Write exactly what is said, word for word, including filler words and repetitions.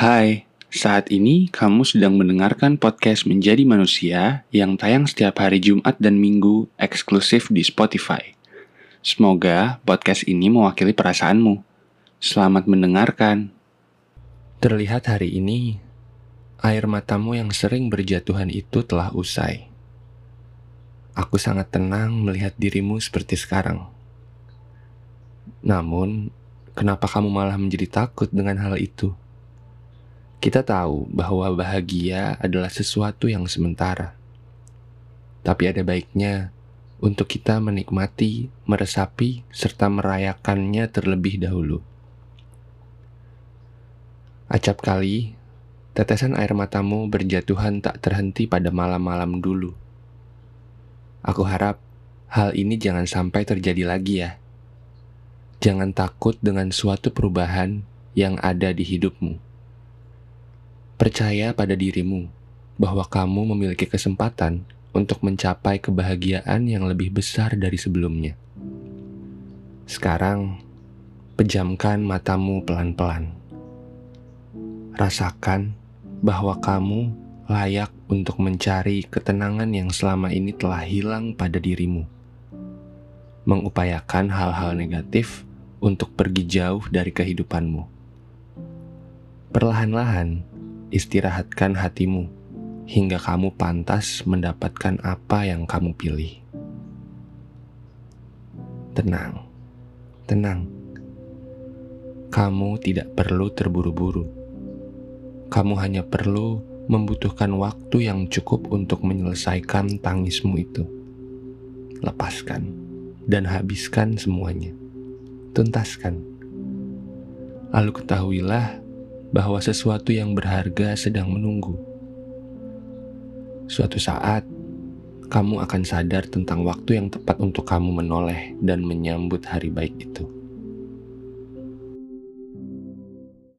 Hai, saat ini kamu sedang mendengarkan podcast Menjadi Manusia yang tayang setiap hari Jumat dan Minggu eksklusif di Spotify. Semoga podcast ini mewakili perasaanmu. Selamat mendengarkan. Terlihat hari ini, air matamu yang sering berjatuhan itu telah usai. Aku sangat tenang melihat dirimu seperti sekarang. Namun, kenapa kamu malah menjadi takut dengan hal itu? Kita tahu bahwa bahagia adalah sesuatu yang sementara. Tapi ada baiknya untuk kita menikmati, meresapi, serta merayakannya terlebih dahulu. Acap kali, tetesan air matamu berjatuhan tak terhenti pada malam-malam dulu. Aku harap hal ini jangan sampai terjadi lagi ya. Jangan takut dengan suatu perubahan yang ada di hidupmu. Percaya pada dirimu bahwa kamu memiliki kesempatan untuk mencapai kebahagiaan yang lebih besar dari sebelumnya. Sekarang, pejamkan matamu pelan-pelan. Rasakan bahwa kamu layak untuk mencari ketenangan yang selama ini telah hilang pada dirimu. Mengupayakan hal-hal negatif untuk pergi jauh dari kehidupanmu. Perlahan-lahan, istirahatkan hatimu hingga kamu pantas mendapatkan apa yang kamu pilih. Tenang, tenang. Kamu tidak perlu terburu-buru. Kamu hanya perlu membutuhkan waktu yang cukup untuk menyelesaikan tangismu itu. Lepaskan dan habiskan semuanya. Tuntaskan. Lalu ketahuilah bahwa sesuatu yang berharga sedang menunggu. Suatu saat, kamu akan sadar tentang waktu yang tepat untuk kamu menoleh dan menyambut hari baik itu.